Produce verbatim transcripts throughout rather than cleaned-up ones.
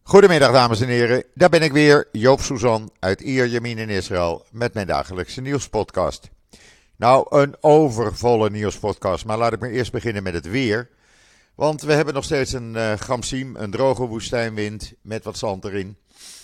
Goedemiddag dames en heren, daar ben ik weer, Joop Suzan uit Ierjemien in Israël met mijn dagelijkse nieuwspodcast. Nou, een overvolle nieuwspodcast, maar laat ik maar eerst beginnen met het weer. Want we hebben nog steeds een uh, gramsiem, een droge woestijnwind met wat zand erin.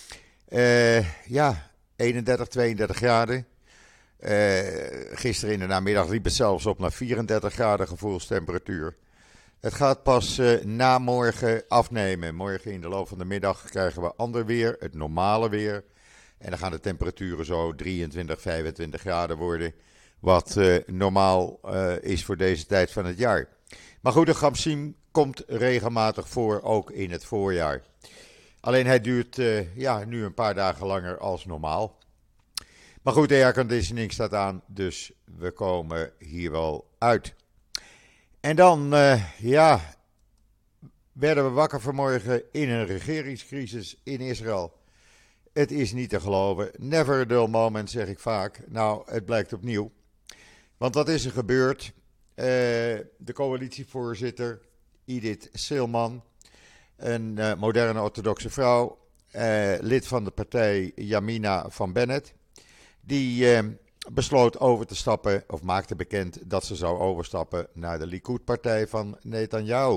Uh, ja, eenendertig, tweeëndertig graden. Uh, gisteren in de namiddag liep het zelfs op naar vierendertig graden gevoelstemperatuur. Het gaat pas uh, na morgen afnemen. Morgen in de loop van de middag krijgen we ander weer, het normale weer. En dan gaan de temperaturen zo drieëntwintig, vijfentwintig graden worden. Wat uh, normaal uh, is voor deze tijd van het jaar. Maar goed, de gramsiem komt regelmatig voor, ook in het voorjaar. Alleen hij duurt uh, ja, nu een paar dagen langer als normaal. Maar goed, de airconditioning staat aan, dus we komen hier wel uit. En dan, uh, ja, werden we wakker vanmorgen in een regeringscrisis in Israël. Het is niet te geloven. Never a dull moment, zeg ik vaak. Nou, het blijkt opnieuw. Want wat is er gebeurd? Uh, de coalitievoorzitter Idit Silman, een uh, moderne orthodoxe vrouw, uh, lid van de partij Yamina van Bennett, die uh, besloot over te stappen, of maakte bekend dat ze zou overstappen naar de Likud-partij van Netanyahu.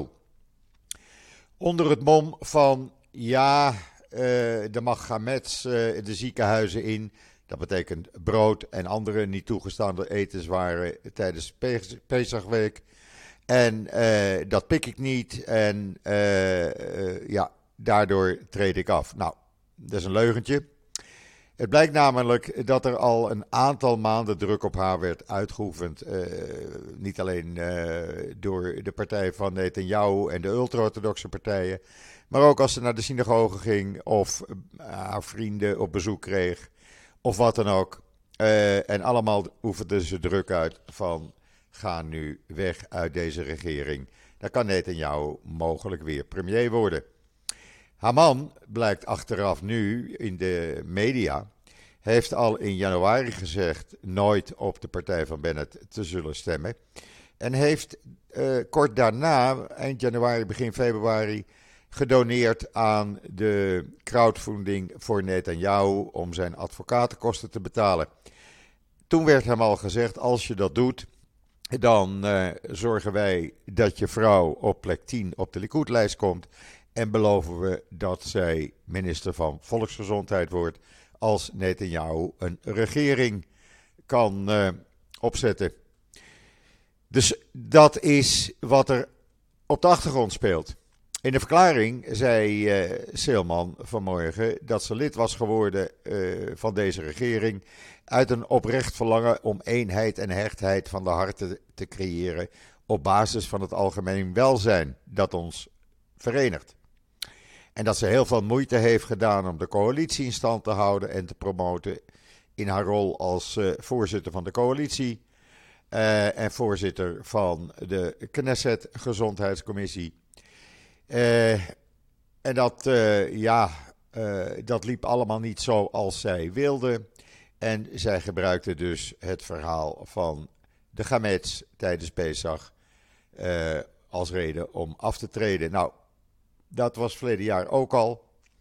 Onder het mom van, ja, uh, er mag gamets uh, de ziekenhuizen in. Dat betekent brood en andere niet toegestaande etenswaren tijdens Pesachweek. En uh, dat pik ik niet en uh, uh, ja, daardoor treed ik af. Nou, dat is een leugentje. Het blijkt namelijk dat er al een aantal maanden druk op haar werd uitgeoefend. Uh, niet alleen uh, door de partij van Netanyahu en de ultra-orthodoxe partijen. Maar ook als ze naar de synagoge ging of uh, haar vrienden op bezoek kreeg. Of wat dan ook. Uh, en allemaal oefenden ze druk uit van ga nu weg uit deze regering. Dan kan Netanyahu mogelijk weer premier worden. Haman blijkt achteraf nu in de media, heeft al in januari gezegd nooit op de partij van Bennett te zullen stemmen. En heeft uh, kort daarna, eind januari, begin februari, gedoneerd aan de crowdfunding voor Netanyahu om zijn advocatenkosten te betalen. Toen werd hem al gezegd, als je dat doet, dan uh, zorgen wij dat je vrouw op plek tien op de Likud-lijst komt. En beloven we dat zij minister van Volksgezondheid wordt als Netanyahu een regering kan uh, opzetten. Dus dat is wat er op de achtergrond speelt. In de verklaring zei uh, Silman vanmorgen dat ze lid was geworden uh, van deze regering uit een oprecht verlangen om eenheid en hechtheid van de harten te creëren op basis van het algemeen welzijn dat ons verenigt. En dat ze heel veel moeite heeft gedaan om de coalitie in stand te houden en te promoten in haar rol als uh, voorzitter van de coalitie uh, en voorzitter van de Knesset Gezondheidscommissie. Uh, en dat, uh, ja, uh, dat liep allemaal niet zoals zij wilde. En zij gebruikte dus het verhaal van de gamets tijdens Pesach uh, als reden om af te treden. Nou, dat was verleden jaar ook al.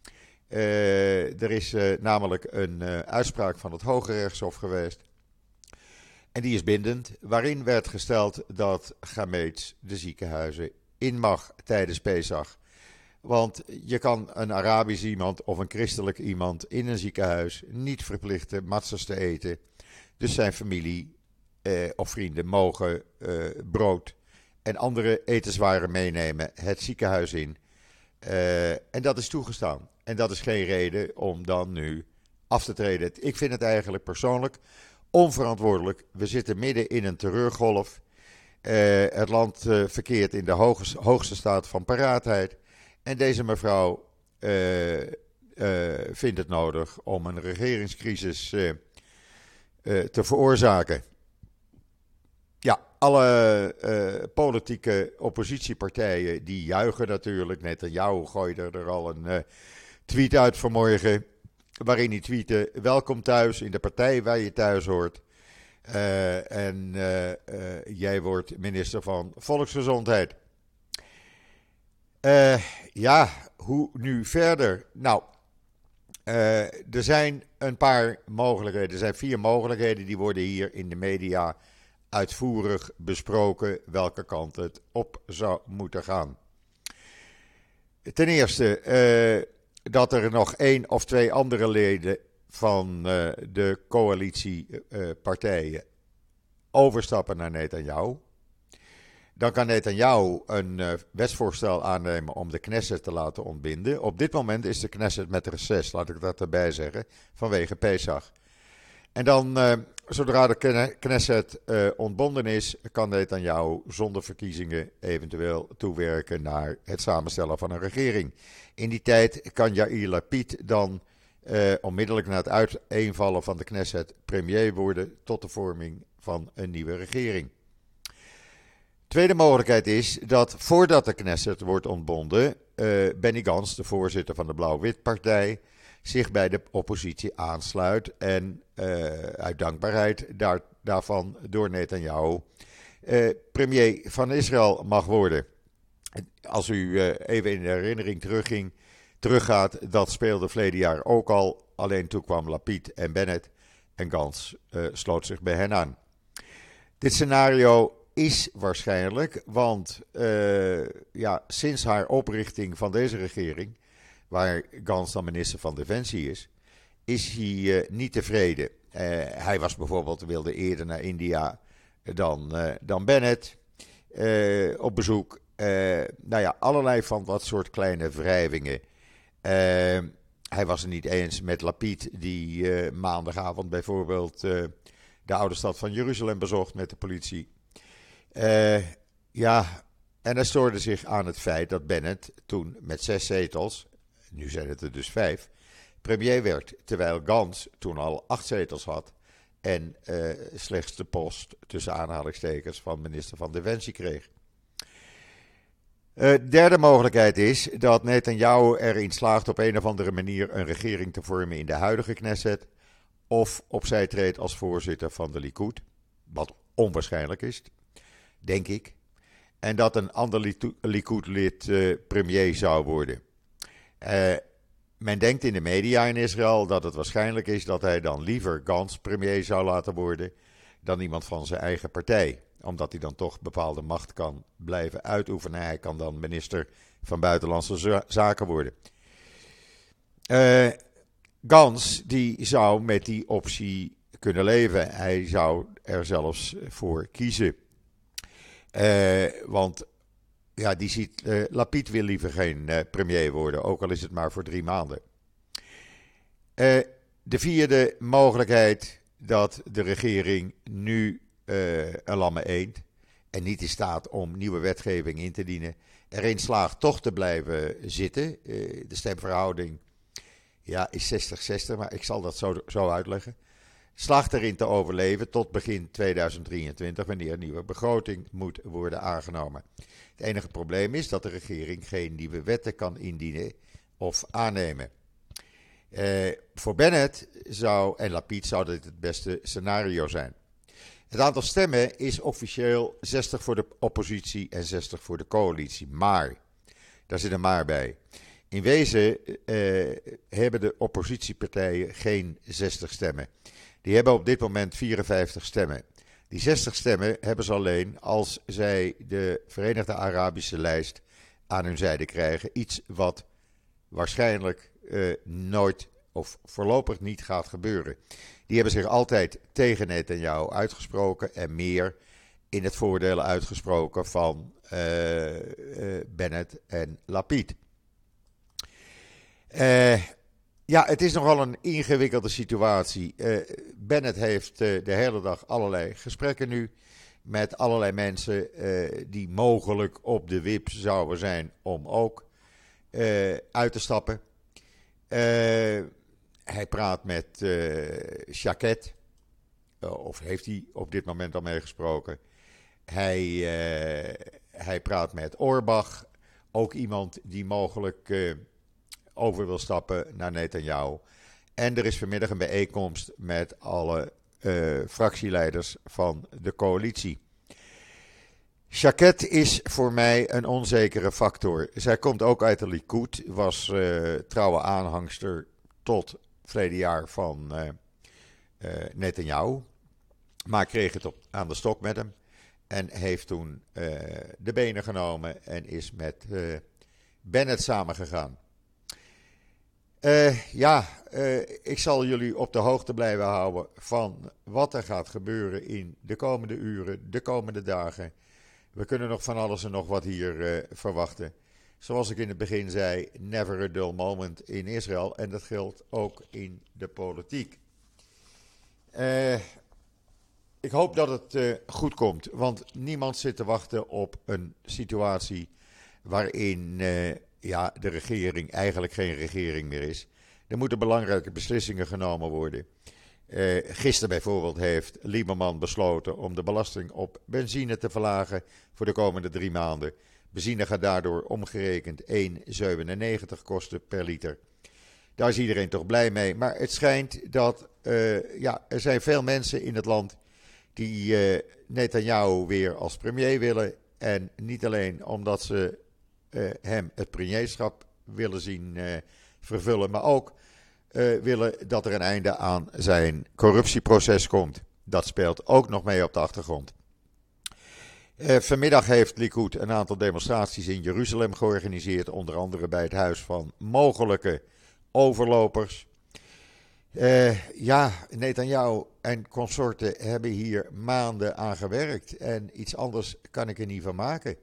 Uh, er is uh, namelijk een uh, uitspraak van het Hoge Rechtshof geweest. En die is bindend, waarin werd gesteld dat gameets de ziekenhuizen in mag tijdens Pesach. Want je kan een Arabisch iemand of een christelijk iemand in een ziekenhuis niet verplichten matzes te eten. Dus zijn familie eh, of vrienden mogen eh, brood en andere etenswaren meenemen het ziekenhuis in. Uh, en dat is toegestaan. En dat is geen reden om dan nu af te treden. Ik vind het eigenlijk persoonlijk onverantwoordelijk. We zitten midden in een terreurgolf. Uh, het land uh, verkeert in de hoogste, hoogste staat van paraatheid. En deze mevrouw uh, uh, vindt het nodig om een regeringscrisis uh, uh, te veroorzaken. Ja, alle uh, politieke oppositiepartijen die juichen natuurlijk. Netanyahu gooide er al een uh, tweet uit vanmorgen, waarin hij tweette: welkom thuis in de partij waar je thuis hoort. Uh, en uh, uh, jij wordt minister van Volksgezondheid. Uh, ja, hoe nu verder? Nou, uh, er zijn een paar mogelijkheden. Er zijn vier mogelijkheden die worden hier in de media uitvoerig besproken welke kant het op zou moeten gaan. Ten eerste uh, dat er nog één of twee andere leden van uh, de coalitiepartijen uh, overstappen naar Netanyahu. Dan kan Netanyahu een uh, wetsvoorstel aannemen om de Knesset te laten ontbinden. Op dit moment is de Knesset met reces, laat ik dat erbij zeggen, vanwege Pesach. En dan, uh, zodra de Knesset uh, ontbonden is, kan Netanyahu zonder verkiezingen eventueel toewerken naar het samenstellen van een regering. In die tijd kan Yair Lapid dan uh, onmiddellijk na het uiteenvallen van de Knesset premier worden tot de vorming van een nieuwe regering. Tweede mogelijkheid is dat voordat de Knesset wordt ontbonden, uh, Benny Gantz, de voorzitter van de Blauw-Wit-partij, zich bij de oppositie aansluit en uh, uit dankbaarheid daar, daarvan door Netanyahu uh, premier van Israël mag worden. Als u uh, even in de herinnering terugging, teruggaat, dat speelde verleden jaar ook al. Alleen toen kwam Lapid en Bennett en Gantz uh, sloot zich bij hen aan. Dit scenario is waarschijnlijk, want uh, ja, sinds haar oprichting van deze regering, waar Gantz dan minister van Defensie is, is hij uh, niet tevreden. Uh, hij was bijvoorbeeld, wilde eerder naar India dan, uh, dan Bennett uh, op bezoek. Uh, nou ja, allerlei van dat soort kleine wrijvingen. Uh, hij was het niet eens met Lapid, die uh, maandagavond bijvoorbeeld uh, de oude stad van Jeruzalem bezocht met de politie. Uh, ja, en hij stoorde zich aan het feit dat Bennett toen met zes zetels, nu zijn het er dus vijf, premier werd. Terwijl Gantz toen al acht zetels had en uh, slechts de post tussen aanhalingstekens van minister van Defensie kreeg. De uh, derde mogelijkheid is dat Netanyahu erin slaagt op een of andere manier een regering te vormen in de huidige Knesset, of opzij treedt als voorzitter van de Likud, wat onwaarschijnlijk is, denk ik. En dat een ander Likud-lid uh, premier zou worden. Uh, men denkt in de media in Israël dat het waarschijnlijk is dat hij dan liever Gantz premier zou laten worden dan iemand van zijn eigen partij. Omdat hij dan toch bepaalde macht kan blijven uitoefenen. Hij kan dan minister van Buitenlandse Zaken worden. Uh, Gantz die zou met die optie kunnen leven. Hij zou er zelfs voor kiezen. Uh, want ja, die ziet, uh, Lapid wil liever geen uh, premier worden, ook al is het maar voor drie maanden. Uh, de vierde mogelijkheid dat de regering nu uh, een lamme eend en niet in staat om nieuwe wetgeving in te dienen, erin slaagt toch te blijven zitten. Uh, de stemverhouding ja, is zestig zestig, maar ik zal dat zo, zo uitleggen. Slaagt erin te overleven tot begin tweeduizend drieëntwintig, wanneer een nieuwe begroting moet worden aangenomen. Het enige probleem is dat de regering geen nieuwe wetten kan indienen of aannemen. Uh, voor Bennett zou, en Lapid zou dit het beste scenario zijn. Het aantal stemmen is officieel zestig voor de oppositie en zestig voor de coalitie. Maar, daar zit een maar bij. In wezen uh, hebben de oppositiepartijen geen zestig stemmen. Die hebben op dit moment vierenvijftig stemmen. Die zestig stemmen hebben ze alleen als zij de Verenigde Arabische lijst aan hun zijde krijgen. Iets wat waarschijnlijk uh, nooit of voorlopig niet gaat gebeuren. Die hebben zich altijd tegen Netanyahu uitgesproken en meer in het voordeel uitgesproken van uh, uh, Bennett en Lapid. Uh, Ja, het is nogal een ingewikkelde situatie. Uh, Bennett heeft uh, de hele dag allerlei gesprekken nu met allerlei mensen uh, die mogelijk op de wip zouden zijn om ook uh, uit te stappen. Uh, hij praat met uh, Shaket, uh, of heeft hij op dit moment al meegesproken. Hij, uh, hij praat met Orbach, ook iemand die mogelijk Uh, over wil stappen naar Netanyahu. En er is vanmiddag een bijeenkomst met alle uh, fractieleiders van de coalitie. Shaked is voor mij een onzekere factor. Zij komt ook uit de Likud, was uh, trouwe aanhangster tot verleden jaar van uh, uh, Netanyahu. Maar kreeg het op, aan de stok met hem. En heeft toen uh, de benen genomen en is met uh, Bennett samengegaan. Uh, ja, uh, ik zal jullie op de hoogte blijven houden van wat er gaat gebeuren in de komende uren, de komende dagen. We kunnen nog van alles en nog wat hier uh, verwachten. Zoals ik in het begin zei, never a dull moment in Israël. En dat geldt ook in de politiek. Uh, ik hoop dat het uh, goed komt, want niemand zit te wachten op een situatie waarin uh, ja, de regering eigenlijk geen regering meer is. Er moeten belangrijke beslissingen genomen worden. Uh, gisteren bijvoorbeeld heeft Lieberman besloten om de belasting op benzine te verlagen voor de komende drie maanden. Benzine gaat daardoor omgerekend één komma zevenennegentig kosten per liter. Daar is iedereen toch blij mee. Maar het schijnt dat uh, ja, er zijn veel mensen in het land die uh, Netanyahu weer als premier willen. En niet alleen omdat ze uh, hem het premierschap willen zien uh, vervullen, maar ook uh, willen dat er een einde aan zijn corruptieproces komt. Dat speelt ook nog mee op de achtergrond. Uh, vanmiddag heeft Likud een aantal demonstraties in Jeruzalem georganiseerd, onder andere bij het huis van mogelijke overlopers. Uh, ja, Netanyahu en consorten hebben hier maanden aan gewerkt en iets anders kan ik er niet van maken.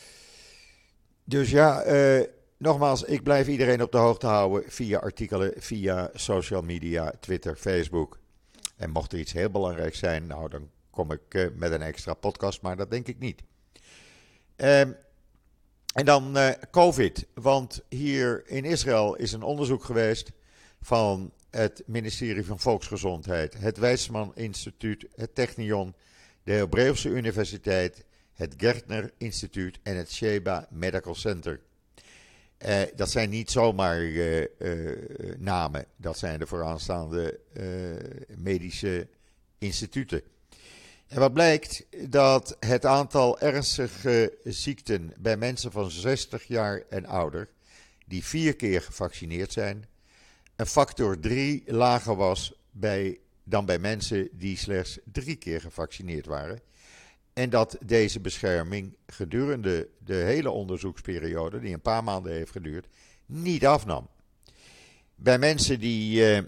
Dus ja, uh, nogmaals, ik blijf iedereen op de hoogte houden via artikelen, via social media, Twitter, Facebook. En mocht er iets heel belangrijks zijn, nou dan kom ik uh, met een extra podcast, maar dat denk ik niet. Uh, en dan uh, COVID, want hier in Israël is een onderzoek geweest van het ministerie van Volksgezondheid, het Weizmann Instituut, het Technion, de Hebreeuwse Universiteit, het Gertner Instituut en het Sheba Medical Center. Uh, dat zijn niet zomaar uh, uh, namen, dat zijn de vooraanstaande uh, medische instituten. En wat blijkt, dat het aantal ernstige ziekten bij mensen van zestig jaar en ouder, die vier keer gevaccineerd zijn, een factor drie lager was bij, dan bij mensen die slechts drie keer gevaccineerd waren. En dat deze bescherming gedurende de hele onderzoeksperiode, die een paar maanden heeft geduurd, niet afnam. Bij mensen die uh,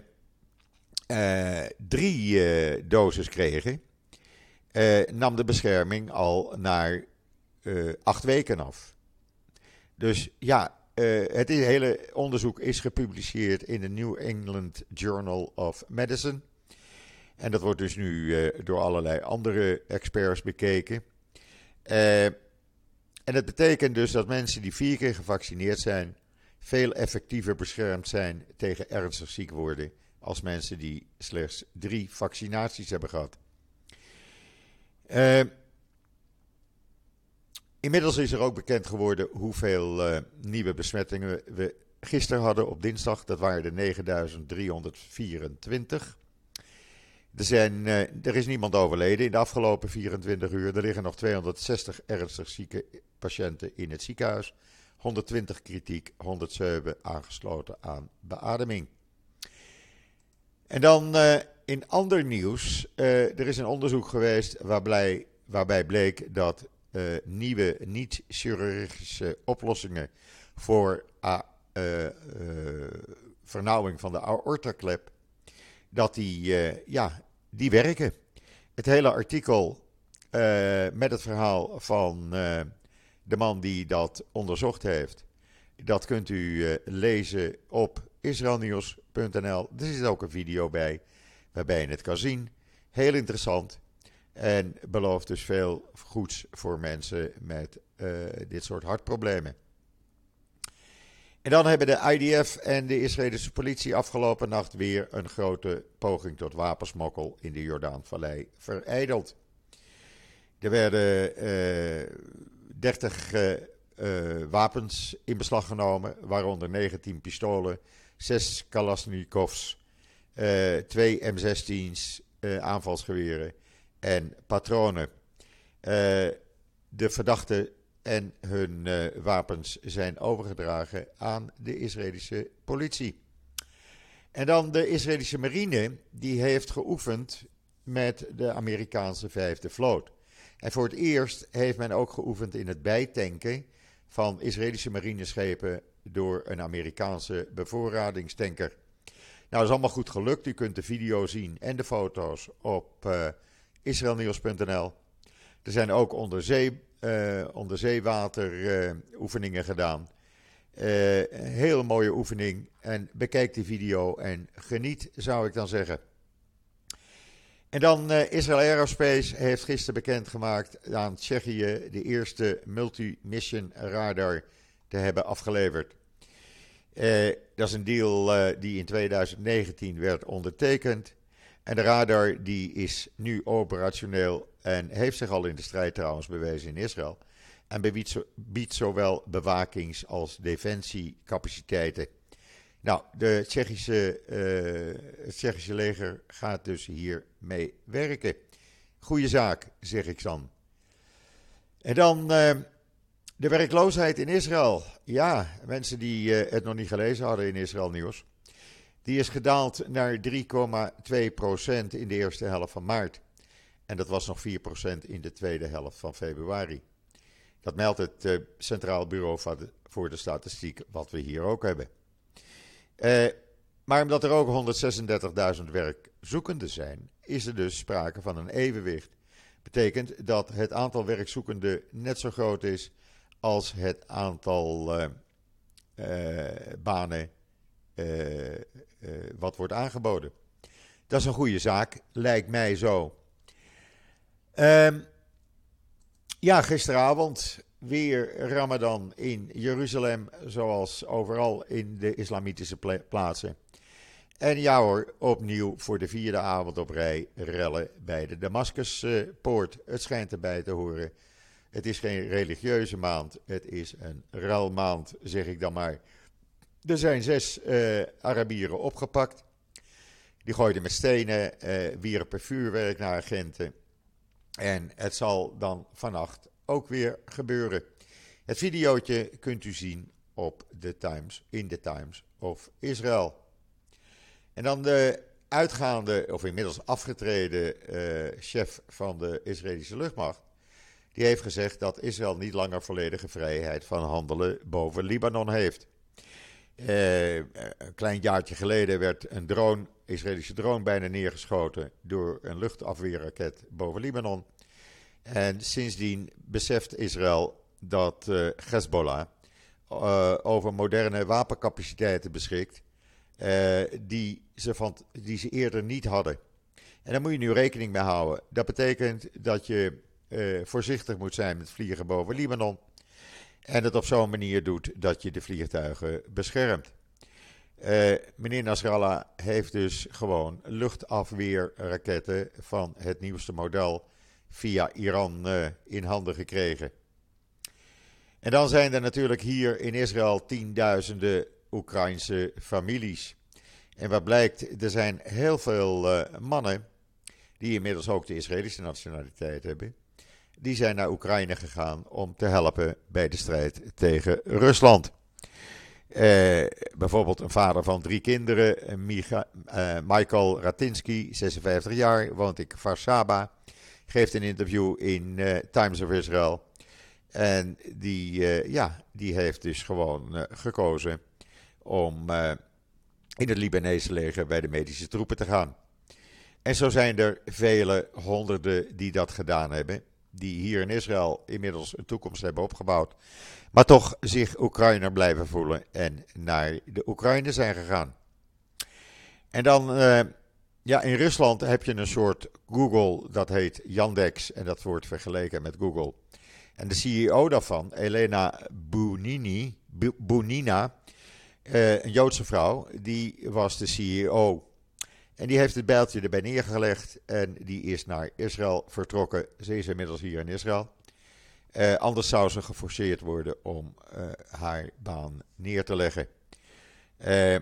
uh, drie uh, doses kregen, uh, nam de bescherming al naar uh, acht weken af. Dus ja, uh, het hele onderzoek is gepubliceerd in de New England Journal of Medicine. En dat wordt dus nu uh, door allerlei andere experts bekeken. Uh, en dat betekent dus dat mensen die vier keer gevaccineerd zijn, veel effectiever beschermd zijn tegen ernstig ziek worden als mensen die slechts drie vaccinaties hebben gehad. Uh, inmiddels is er ook bekend geworden hoeveel uh, nieuwe besmettingen we gisteren hadden op dinsdag. Dat waren er negenduizend driehonderdvierentwintig. Er, zijn, uh, er is niemand overleden in de afgelopen vierentwintig uur. Er liggen nog tweehonderdzestig ernstig zieke patiënten in het ziekenhuis. honderdtwintig kritiek, honderdzeven aangesloten aan beademing. En dan uh, in ander nieuws. Uh, er is een onderzoek geweest waarbij, waarbij bleek dat uh, nieuwe niet-chirurgische oplossingen voor uh, uh, uh, vernauwing van de aortaklep, dat die, uh, ja, die werken. Het hele artikel uh, met het verhaal van uh, de man die dat onderzocht heeft, dat kunt u uh, lezen op israelnieuws punt n l. Er zit ook een video bij, waarbij je het kan zien. Heel interessant. En belooft dus veel goeds voor mensen met uh, dit soort hartproblemen. En dan hebben de I D F en de Israëlische politie afgelopen nacht weer een grote poging tot wapensmokkel in de Jordaanvallei verijdeld. Er werden uh, dertig uh, uh, wapens in beslag genomen, waaronder negentien pistolen, zes Kalashnikovs, uh, twee M zestien's, uh, aanvalsgeweren en patronen. Uh, de verdachten en hun uh, wapens zijn overgedragen aan de Israëlische politie. En dan de Israëlische marine, die heeft geoefend met de Amerikaanse vijfde vloot. En voor het eerst heeft men ook geoefend in het bijtanken van Israëlische marineschepen door een Amerikaanse bevoorradingstanker. Nou, dat is allemaal goed gelukt. U kunt de video zien en de foto's op uh, israelnieuws punt n l. Er zijn ook onderzee, uh, onderzeewateroefeningen uh, gedaan. Uh, een hele mooie oefening. En bekijk die video en geniet, zou ik dan zeggen. En dan uh, Israel Aerospace heeft gisteren bekendgemaakt aan Tsjechië de eerste multi-mission radar te hebben afgeleverd. Uh, dat is een deal uh, die in twintig negentien werd ondertekend. En de radar die is nu operationeel en heeft zich al in de strijd trouwens bewezen in Israël. En biedt, zo, biedt zowel bewakings- als defensiecapaciteiten. Nou, de Tsjechische, uh, het Tsjechische leger gaat dus hier mee werken. Goeie zaak, zeg ik dan. En dan uh, de werkloosheid in Israël. Ja, mensen die uh, het nog niet gelezen hadden in Israël Nieuws. Die is gedaald naar drie komma twee procent in de eerste helft van maart. En dat was nog vier procent in de tweede helft van februari. Dat meldt het uh, Centraal Bureau voor de Statistiek, wat we hier ook hebben. Uh, maar omdat er ook honderdzesendertigduizend werkzoekenden zijn, is er dus sprake van een evenwicht. Betekent dat het aantal werkzoekenden net zo groot is als het aantal uh, uh, banen uh, uh, wat wordt aangeboden. Dat is een goede zaak, lijkt mij zo. Uh, ja, gisteravond weer Ramadan in Jeruzalem, zoals overal in de islamitische pla- plaatsen. En ja hoor, opnieuw voor de vierde avond op rij rellen bij de Damascuspoort. Uh, het schijnt erbij te horen. Het is geen religieuze maand, het is een relmaand, zeg ik dan maar. Er zijn zes uh, Arabieren opgepakt. Die gooiden met stenen, uh, wierpen vuurwerk naar agenten. En het zal dan vannacht ook weer gebeuren. Het videootje kunt u zien op de Times, in de Times of Israel. En dan de uitgaande, of inmiddels afgetreden uh, chef van de Israëlische luchtmacht. Die heeft gezegd dat Israël niet langer volledige vrijheid van handelen boven Libanon heeft. Uh, een klein jaartje geleden werd een drone, Israëlische drone bijna neergeschoten door een luchtafweerraket boven Libanon. En sindsdien beseft Israël dat uh, Hezbollah uh, over moderne wapencapaciteiten beschikt uh, die, ze van, die ze eerder niet hadden. En daar moet je nu rekening mee houden. Dat betekent dat je uh, voorzichtig moet zijn met vliegen boven Libanon. En het op zo'n manier doet dat je de vliegtuigen beschermt. Uh, meneer Nasrallah heeft dus gewoon luchtafweerraketten van het nieuwste model via Iran uh, in handen gekregen. En dan zijn er natuurlijk hier in Israël tienduizenden Oekraïnse families. En wat blijkt, er zijn heel veel uh, mannen, die inmiddels ook de Israëlische nationaliteit hebben, die zijn naar Oekraïne gegaan om te helpen bij de strijd tegen Rusland. Uh, bijvoorbeeld een vader van drie kinderen, Micha, uh, Michael Ratinsky, zesenvijftig jaar, woont in Kfar Saba, geeft een interview in uh, Times of Israel. En die, uh, ja, die heeft dus gewoon uh, gekozen om uh, in het Libanese leger bij de medische troepen te gaan. En zo zijn er vele honderden die dat gedaan hebben, die hier in Israël inmiddels een toekomst hebben opgebouwd, maar toch zich Oekraïner blijven voelen en naar de Oekraïne zijn gegaan. En dan, uh, ja, in Rusland heb je een soort Google, dat heet Yandex, en dat wordt vergeleken met Google. En de C E O daarvan, Elena Bunini, Bunina, uh, een Joodse vrouw, die was de C E O. En die heeft het bijltje erbij neergelegd en die is naar Israël vertrokken. Ze is inmiddels hier in Israël. Uh, anders zou ze geforceerd worden om uh, haar baan neer te leggen. Uh,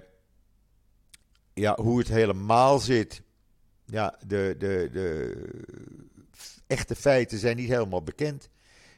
ja, hoe het helemaal zit. Ja, de, de, de echte feiten zijn niet helemaal bekend.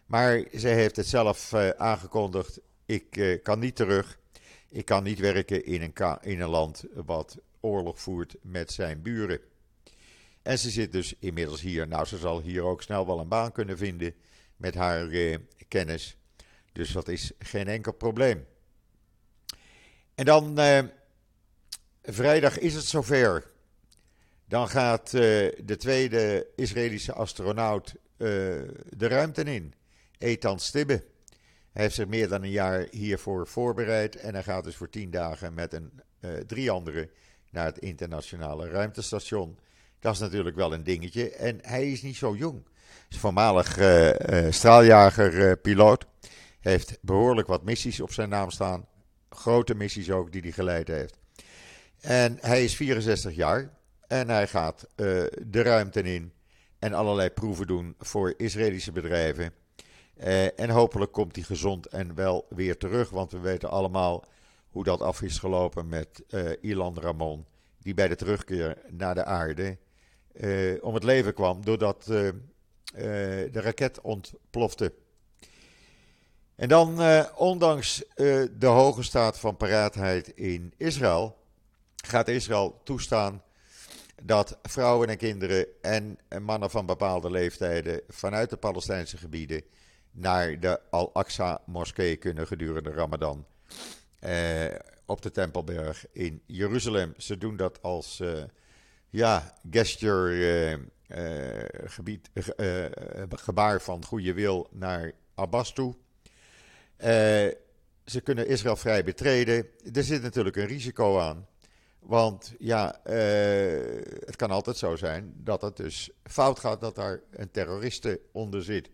Maar ze heeft het zelf uh, aangekondigd. Ik uh, kan niet terug. Ik kan niet werken in een, ka- in een land wat oorlog voert met zijn buren. En ze zit dus inmiddels hier. Nou, ze zal hier ook snel wel een baan kunnen vinden met haar uh, kennis. Dus dat is geen enkel probleem. En dan uh, vrijdag is het zover. Dan gaat uh, de tweede Israëlische astronaut uh, de ruimte in. Eitan Stibbe. Hij heeft zich meer dan een jaar hiervoor voorbereid. En hij gaat dus voor tien dagen met een, uh, drie anderen naar het internationale ruimtestation. Dat is natuurlijk wel een dingetje. En hij is niet zo jong. Hij is voormalig uh, uh, straaljager-piloot. Uh, heeft behoorlijk wat missies op zijn naam staan. Grote missies ook die hij geleid heeft. En hij is vierenzestig jaar. En hij gaat uh, de ruimte in. En allerlei proeven doen voor Israëlische bedrijven. Uh, en hopelijk komt hij gezond en wel weer terug. Want we weten allemaal hoe dat af is gelopen met uh, Ilan Ramon. Die bij de terugkeer naar de aarde uh, om het leven kwam. Doordat uh, uh, de raket ontplofte. En dan, uh, ondanks uh, de hoge staat van paraatheid in Israël, gaat Israël toestaan dat vrouwen en kinderen en mannen van bepaalde leeftijden vanuit de Palestijnse gebieden naar de Al-Aqsa-moskee kunnen gedurende Ramadan uh, op de Tempelberg in Jeruzalem. Ze doen dat als uh, ja, gesture, uh, uh, gebied, uh, gebaar van goede wil naar Abbas toe. Uh, ze kunnen Israël vrij betreden. Er zit natuurlijk een risico aan. Want ja, uh, het kan altijd zo zijn dat het dus fout gaat, dat daar een terroriste onder zit.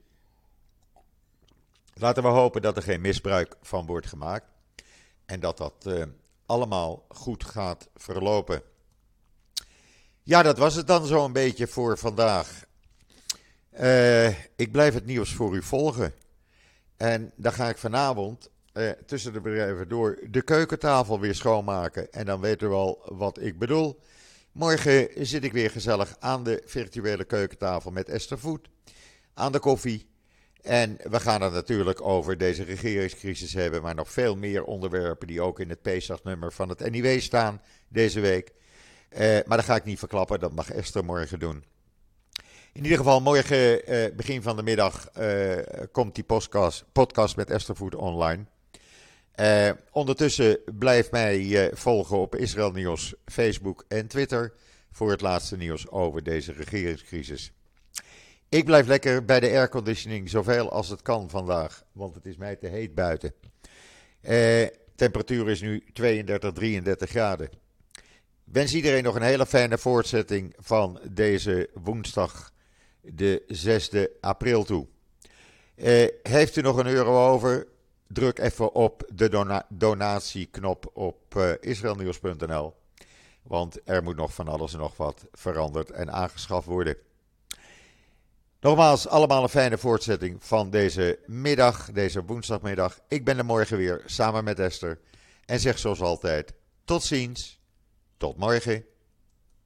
Laten we hopen dat er geen misbruik van wordt gemaakt. En dat dat uh, allemaal goed gaat verlopen. Ja, dat was het dan zo'n beetje voor vandaag. Uh, ik blijf het nieuws voor u volgen. En dan ga ik vanavond uh, tussen de bedrijven door de keukentafel weer schoonmaken. En dan weet u al wat ik bedoel. Morgen zit ik weer gezellig aan de virtuele keukentafel met Esther Voet. Aan de koffie. En we gaan het natuurlijk over deze regeringscrisis hebben. Maar nog veel meer onderwerpen die ook in het Pesach-nummer van het N I W staan deze week. Uh, maar dat ga ik niet verklappen. Dat mag Esther morgen doen. In ieder geval, morgen, uh, begin van de middag, uh, komt die podcast, podcast met Esther Voet online. Uh, ondertussen blijf mij uh, volgen op Israël Nieuws, Facebook en Twitter voor het laatste nieuws over deze regeringscrisis. Ik blijf lekker bij de airconditioning zoveel als het kan vandaag, want het is mij te heet buiten. Uh, temperatuur is nu tweeëndertig, drieëndertig graden. Ik wens iedereen nog een hele fijne voortzetting van deze woensdag, de zesde april toe. Uh, heeft u nog een euro over? Druk even op de dona- donatieknop op uh, israelnieuws punt n l. Want er moet nog van alles en nog wat veranderd en aangeschaft worden. Nogmaals, allemaal een fijne voortzetting van deze middag, deze woensdagmiddag. Ik ben er morgen weer samen met Esther. En zeg zoals altijd, tot ziens, tot morgen.